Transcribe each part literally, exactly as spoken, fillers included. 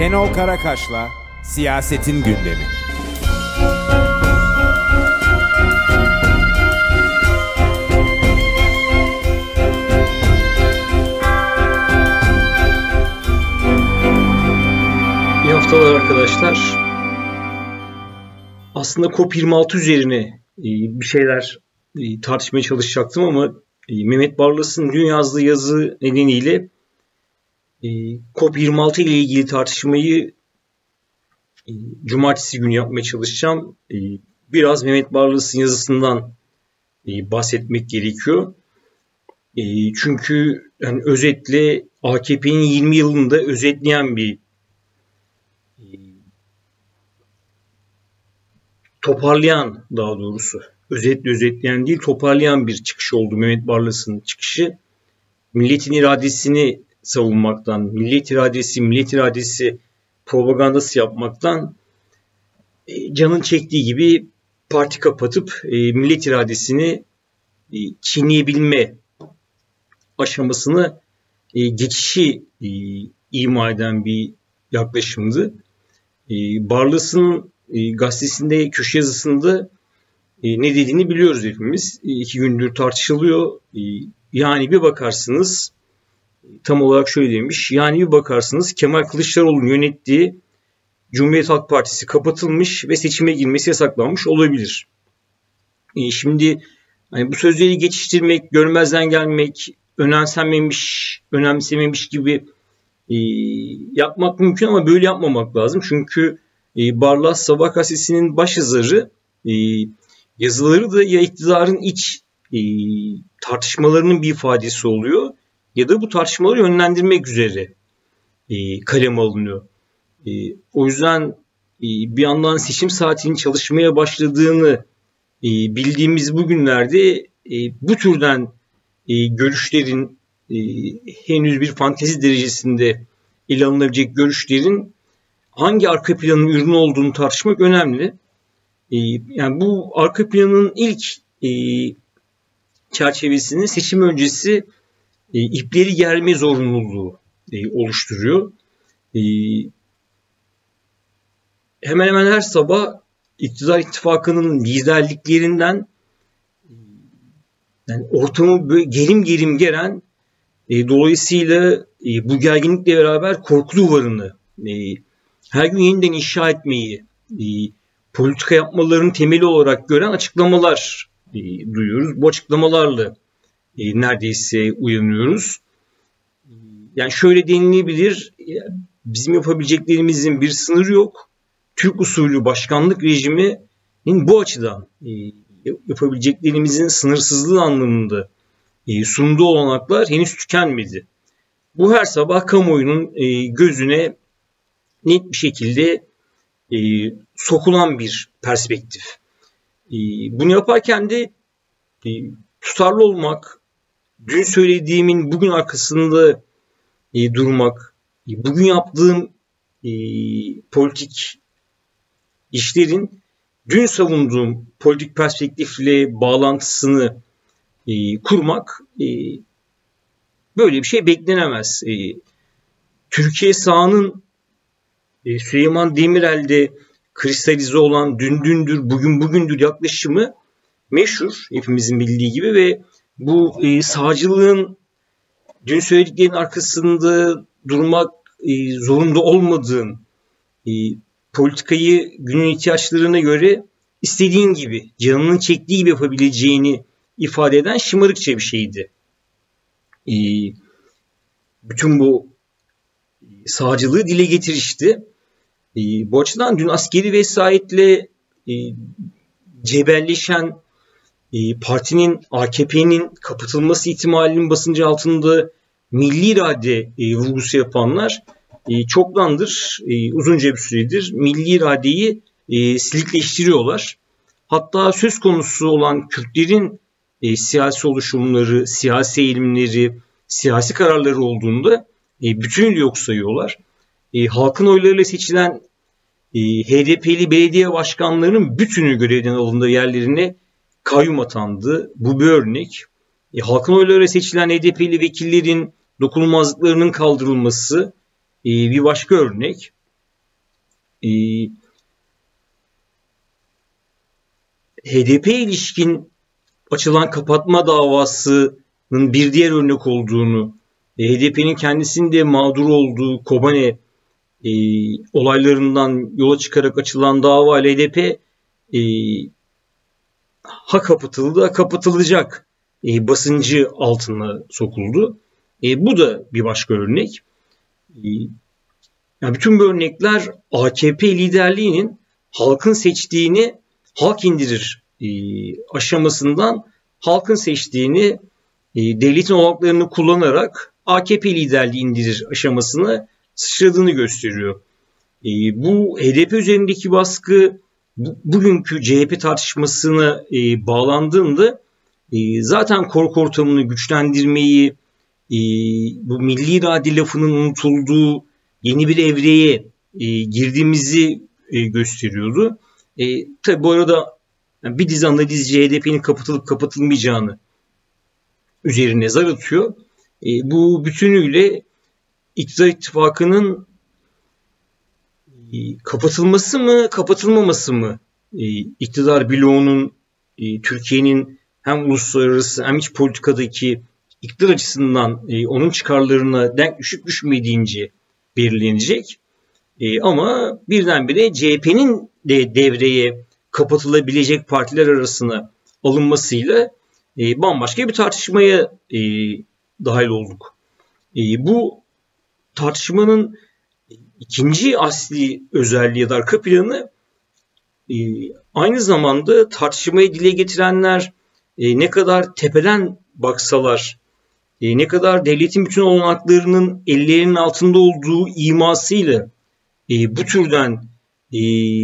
Şenol Karakaş'la Siyasetin Gündemi. İyi haftalar arkadaşlar. Aslında COP yirmi altı üzerine bir şeyler tartışmaya çalışacaktım ama Mehmet Barlas'ın dün yazdığı yazı nedeniyle COP yirmi altı ile ilgili tartışmayı cumartesi günü yapmaya çalışacağım. Biraz Mehmet Barlas'ın yazısından bahsetmek gerekiyor. Çünkü yani özetle A K P'nin yirmi yılında özetleyen bir toparlayan daha doğrusu özetle özetleyen değil toparlayan bir çıkış oldu Mehmet Barlas'ın çıkışı. Milletin iradesini savunmaktan, millet iradesi, millet iradesi propagandası yapmaktan e, canın çektiği gibi parti kapatıp e, millet iradesini e, çiğneyebilme aşamasını e, geçişi e, ima eden bir yaklaşımdı. E, Barlas'ın e, gazetesinde köşe yazısında e, ne dediğini biliyoruz hepimiz. E, iki gündür tartışılıyor. E, yani bir bakarsınız tam olarak şöyle demiş. Yani bir bakarsınız Kemal Kılıçdaroğlu'nun yönettiği Cumhuriyet Halk Partisi kapatılmış ve seçime girmesi yasaklanmış olabilir. E, şimdi hani bu sözleri geçiştirmek, görmezden gelmek, önemsenmemiş, önemsememiş gibi e, yapmak mümkün ama böyle yapmamak lazım. Çünkü e, Barlas Sabah gazetesinin başyazarı, e, yazıları da ya iktidarın iç e, tartışmalarının bir ifadesi oluyor ya da bu tartışmaları yönlendirmek üzere e, kaleme alınıyor. E, o yüzden e, bir yandan seçim saatinin çalışmaya başladığını e, bildiğimiz bu günlerde e, bu türden e, görüşlerin e, henüz bir fantezi derecesinde ele alınabilecek görüşlerin hangi arka planın ürünü olduğunu tartışmak önemli. E, yani bu arka planın ilk e, çerçevesini seçim öncesi e, ipleri germe zorunluluğu e, oluşturuyor. E, hemen hemen her sabah iktidar ittifakının liderliklerinden e, yani ortamı böyle gerim gerim gelen e, dolayısıyla e, bu gerginlikle beraber korku duvarını e, her gün yeniden inşa etmeyi e, politika yapmalarının temeli olarak gören açıklamalar e, duyuyoruz. Bu açıklamalarla e, neredeyse uyanıyoruz. Yani şöyle denilebilir, bizim yapabileceklerimizin bir sınırı yok. Türk usulü başkanlık rejiminin bu açıdan e, yapabileceklerimizin sınırsızlığı anlamında e, sunduğu olanaklar henüz tükenmedi. Bu her sabah kamuoyunun e, gözüne net bir şekilde e, sokulan bir perspektif. E, bunu yaparken de e, tutarlı olmak, dün söylediğimin bugün arkasında e, durmak, e, bugün yaptığım e, politik işlerin dün savunduğum politik perspektifle bağlantısını e, kurmak e, böyle bir şey beklenemez. E, Türkiye sağının e, Süleyman Demirel'de kristalize olan dün dündür, bugün bugündür yaklaşımı meşhur hepimizin bildiği gibi ve bu e, sağcılığın dün söylediklerinin arkasında durmak e, zorunda olmadığın, e, politikayı günün ihtiyaçlarına göre istediğin gibi, canının çektiği gibi yapabileceğini ifade eden şımarıkça bir şeydi. E, bütün bu sağcılığı dile getirişti. E, bu açıdan dün askeri vesayetle e, cebelleşen e, partinin, A K P'nin kapatılması ihtimalinin basıncı altında milli irade e, vurgusu yapanlar e, çoktandır, e, uzunca bir süredir milli iradeyi e, silikleştiriyorlar. Hatta söz konusu olan Kürtlerin e, siyasi oluşumları, siyasi eğilimleri, siyasi kararları olduğunda e, bütünüyle yok sayıyorlar. E, halkın oylarıyla seçilen e, H D P'li belediye başkanlarının bütünü görevden alındığı yerlerine kayyum atandı. Bu bir örnek. E, halkın oylarıyla seçilen H D P'li vekillerin dokunulmazlıklarının kaldırılması e, bir başka örnek. e, H D P'ye ilişkin açılan kapatma davasının bir diğer örnek olduğunu, H D P'nin kendisinde mağdur olduğu Kobane e, olaylarından yola çıkarak açılan dava H D P e, ha kapatıldı ha kapatılacak e, basıncı altına sokuldu. E, bu da bir başka örnek. E, yani bütün bu örnekler A K P liderliğinin halkın seçtiğini halk indirir e, aşamasından halkın seçtiğini e, devletin olanaklarını kullanarak A K P liderliği indirir aşamasına sıçradığını gösteriyor. E, bu H D P üzerindeki baskı bu, bugünkü C H P tartışmasına e, bağlandığında e, zaten korku ortamını güçlendirmeyi, e, bu milli irade lafının unutulduğu yeni bir evreye e, girdiğimizi e, gösteriyordu. E, tabii bu arada yani bir dizi analizci H D P'nin kapatılıp kapatılmayacağını üzerine zar atıyor. E, bu bütünüyle İktidar İttifakı'nın e, kapatılması mı kapatılmaması mı e, iktidar bloğunun e, Türkiye'nin hem uluslararası hem iç politikadaki iktidar açısından e, onun çıkarlarına denk düşüp düşmediğince belirlenecek. E, ama birdenbire C H P'nin de devreye kapatılabilecek partiler arasına alınmasıyla e, bambaşka bir tartışmaya e, dahil olduk. E, bu tartışmanın ikinci asli özelliği ya da arka planı e, aynı zamanda tartışmayı dile getirenler e, ne kadar tepeden baksalar, e, ne kadar devletin bütün olanaklarının ellerinin altında olduğu imasıyla e, bu türden e,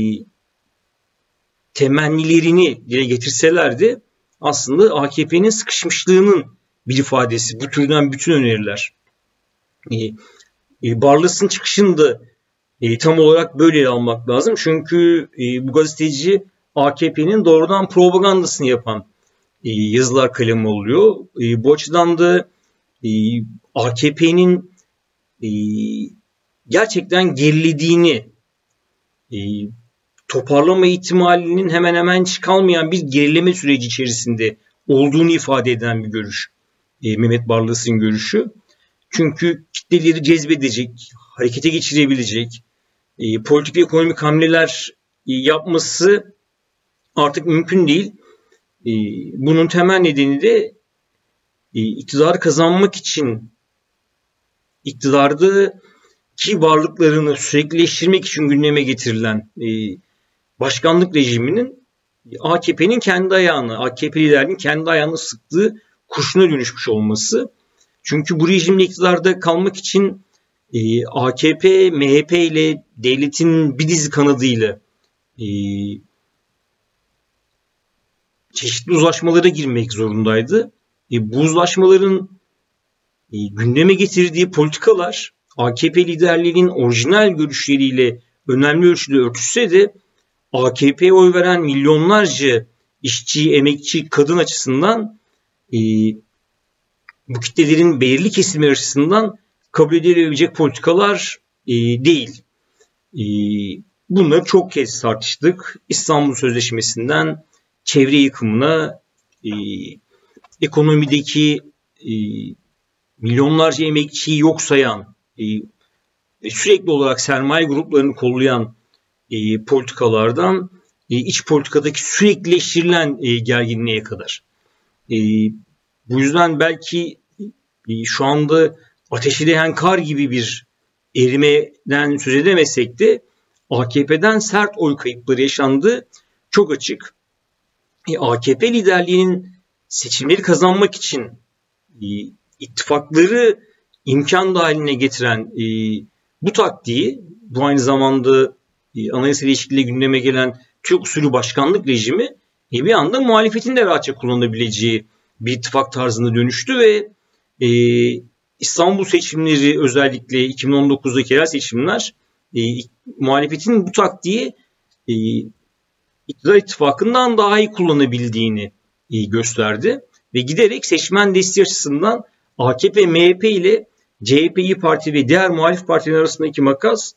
temennilerini dile getirselerdi aslında A K P'nin sıkışmışlığının bir ifadesi. Bu türden bütün öneriler. E, e, Barlas'ın çıkışını da e, tam olarak böyle almak lazım. Çünkü e, bu gazeteci A K P'nin doğrudan propagandasını yapan e, yazılar kalemi oluyor. E, bu açıdan da e, A K P'nin e, gerçekten gerilediğini, e, toparlama ihtimalinin hemen hemen hiç kalmayan bir gerileme süreci içerisinde olduğunu ifade eden bir görüş. E, Mehmet Barlas'ın görüşü. Çünkü kitleleri cezbedecek, harekete geçirebilecek, e, politik ve ekonomik hamleler e, yapması artık mümkün değil. E, bunun temel nedeni de e, iktidarı kazanmak için iktidardaki varlıklarını süreklileştirmek için gündeme getirilen e, başkanlık rejiminin A K P'nin kendi ayağını, A K P liderinin kendi ayağını sıktığı kurşuna dönüşmüş olması. Çünkü bu rejimle iktidarda kalmak için e, A K P, M H P ile devletin bir dizi kanadıyla e, çeşitli uzlaşmalara girmek zorundaydı. E, bu uzlaşmaların e, gündeme getirdiği politikalar A K P liderliğinin orijinal görüşleriyle önemli ölçüde örtüşse de A K P'ye oy veren milyonlarca işçi, emekçi, kadın açısından e, bu kitlelerin belirli kesimi açısından kabul edilebilecek politikalar e, değil. E, bunları çok kez tartıştık. İstanbul Sözleşmesi'nden çevre yıkımına, e, ekonomideki e, milyonlarca emekçiyi yok sayan, e, sürekli olarak sermaye gruplarını kollayan e, politikalardan e, iç politikadaki süreklileştirilen e, gerginliğe kadar. E, bu yüzden belki e, şu anda ateşi değen kar gibi bir erimeden söz edemesek de A K P'den sert oy kayıpları yaşandı. Çok açık. E, A K P liderliğinin seçimleri kazanmak için e, ittifakları imkan dahiline getiren e, bu taktiği, bu aynı zamanda e, anayasa değişikliğiyle gündeme gelen Türk usulü başkanlık rejimi e, bir anda muhalefetin de rahatça kullanabileceği bir ittifak tarzına dönüştü ve e, İstanbul seçimleri, özellikle iki bin on dokuzdaki yerel seçimler e, muhalefetin bu taktiği e, iktidar ittifakından daha iyi kullanabildiğini e, gösterdi ve giderek seçmen desteği açısından A K P, M H P ile C H P, İYİ Parti ve diğer muhalif partiler arasındaki makas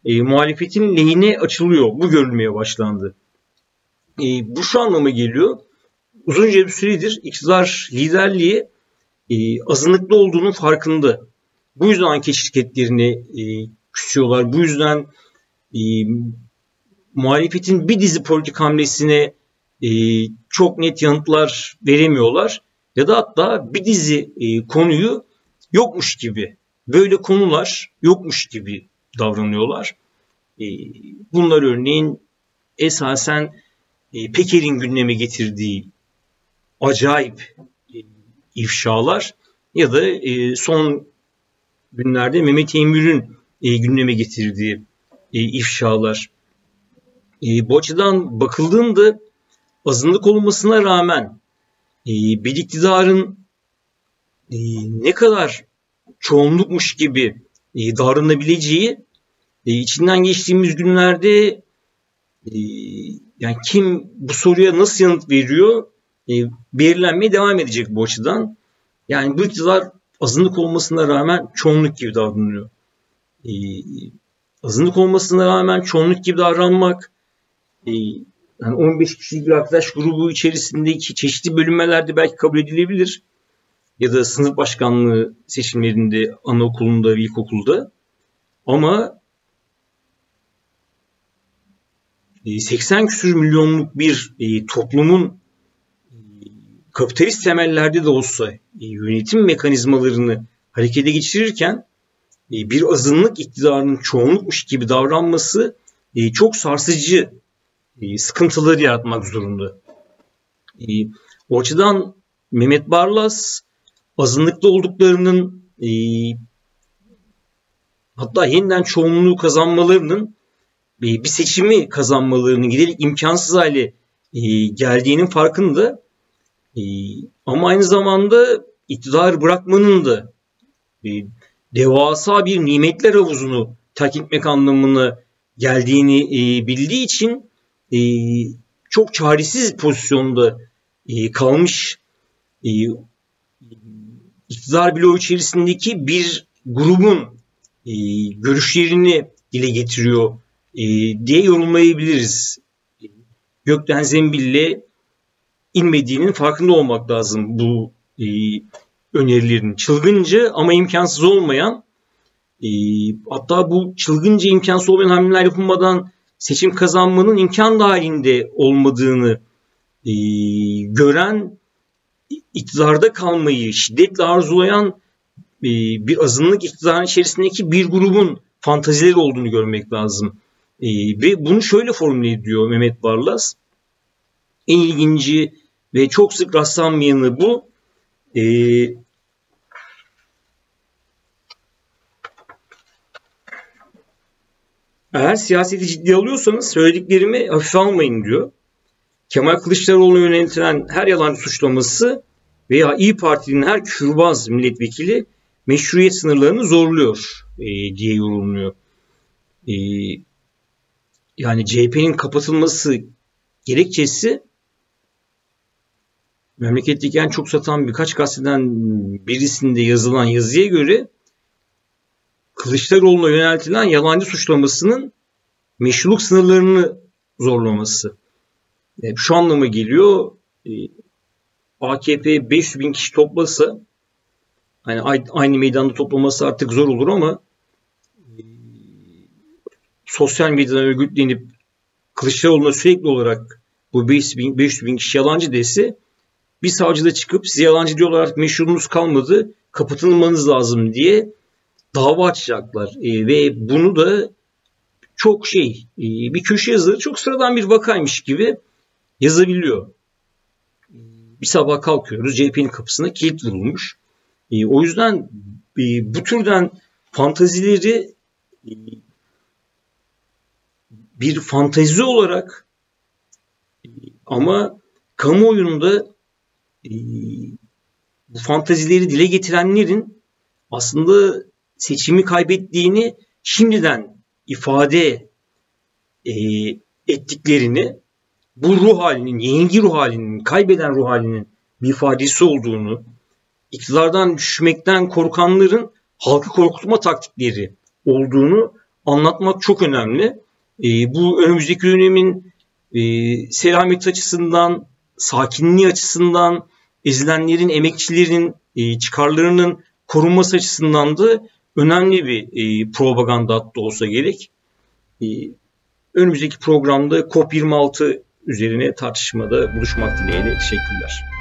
e, muhalefetin lehine açılıyor. Bu görülmeye başlandı. E, bu şu anlama geliyor. Uzunca bir süredir iktidar liderliği e, azınlıklı olduğunun farkında. Bu yüzden anket şirketlerini e, küçüyorlar. Bu yüzden e, muhalefetin bir dizi politik hamlesine e, çok net yanıtlar veremiyorlar. Ya da hatta bir dizi e, konuyu yokmuş gibi, böyle konular yokmuş gibi davranıyorlar. E, bunlar örneğin esasen e, Peker'in gündeme getirdiği acayip e, ifşalar ya da e, son günlerde Mehmet Emir'in e, gündeme getirdiği e, ifşalar. E, bu açıdan bakıldığında azınlık olmasına rağmen e, bir iktidarın e, ne kadar çoğunlukmuş gibi e, davranabileceği e, içinden geçtiğimiz günlerde e, yani kim bu soruya nasıl yanıt veriyor e, belirlenmeye devam edecek bu açıdan. Yani bu iktidar azınlık olmasına rağmen çoğunluk gibi davranıyor. E, azınlık olmasına rağmen çoğunluk gibi davranmak e, yani on beş kişilik bir arkadaş grubu içerisindeki çeşitli bölünmelerde belki kabul edilebilir. Ya da sınıf başkanlığı seçimlerinde, anaokulunda ve ilkokulda. Ama seksen küsur milyonluk bir e, toplumun e, kapitalist temellerde de olsa e, yönetim mekanizmalarını harekete geçirirken e, bir azınlık iktidarının çoğunlukmuş gibi davranması e, çok sarsıcı e, sıkıntıları yaratmak zorunda. E, o açıdan Mehmet Barlas azınlıkta olduklarının e, hatta yeniden çoğunluğu kazanmalarının e, bir seçimi kazanmalarının giderek imkansız hale e, geldiğinin farkında. E, ama aynı zamanda iktidar bırakmanın da e, devasa bir nimetler havuzunu terk etmek anlamına geldiğini e, bildiği için e, çok çaresiz pozisyonda e, kalmış e, iktidar bloğu içerisindeki bir grubun e, görüşlerini dile getiriyor e, diye yorumlayabiliriz. Gökten zembille inmediğinin farkında olmak lazım bu e, önerilerin. Çılgınca ama imkansız olmayan e, hatta bu çılgınca imkansız olmayan hamleler yapılmadan seçim kazanmanın imkan dahilinde olmadığını e, gören, iktidarda kalmayı şiddetle arzulayan e, bir azınlık iktidarın içerisindeki bir grubun fantazileri olduğunu görmek lazım. E, ve bunu şöyle formüle ediyor Mehmet Barlas. En ilginci ve çok sık rastlanmayanı bu. E, eğer siyaseti ciddiye alıyorsanız söylediklerimi hafife almayın diyor. Kemal Kılıçdaroğlu'na yöneltilen her yalancı suçlaması veya İYİ Parti'nin her küfürbaz milletvekili meşruiyet sınırlarını zorluyor e, diye yorumluyor. E, yani C H P'nin kapatılması gerekçesi memleketteki en çok satan birkaç gazeteden birisinde yazılan yazıya göre Kılıçdaroğlu'na yöneltilen yalancı suçlamasının meşruluk sınırlarını zorlaması. E, şu anlama geliyor. E, A K P beş yüz bin kişi toplasa hani aynı meydanda toplaması artık zor olur ama e, sosyal medyadan örgütlenip Kılıçdaroğlu'na sürekli olarak bu beş yüz bin kişi yalancı dese bir savcı da çıkıp size yalancı diyorlar artık meşrunuz kalmadı kapatılmanız lazım diye dava açacaklar. E, ve bunu da çok şey e, bir köşe yazarı çok sıradan bir vakaymış gibi yazabiliyor. Bir sabah kalkıyoruz C H P'nin kapısına kilit vurulmuş. E, o yüzden e, bu türden fantazileri e, bir fantazi olarak e, ama kamuoyunda e, bu fantazileri dile getirenlerin aslında seçimi kaybettiğini şimdiden ifade e, ettiklerini, bu ruh halinin, yenilgi ruh halinin, kaybeden ruh halinin bir ifadesi olduğunu, iktidardan düşmekten korkanların halkı korkutma taktikleri olduğunu anlatmak çok önemli. E, bu önümüzdeki dönemin e, selameti açısından, sakinliği açısından, ezilenlerin, emekçilerin e, çıkarlarının korunması açısından da önemli bir e, propaganda hattı olsa gerek. E, önümüzdeki programda COP yirmi altı üzerine tartışmada buluşmak dileğiyle. Teşekkürler.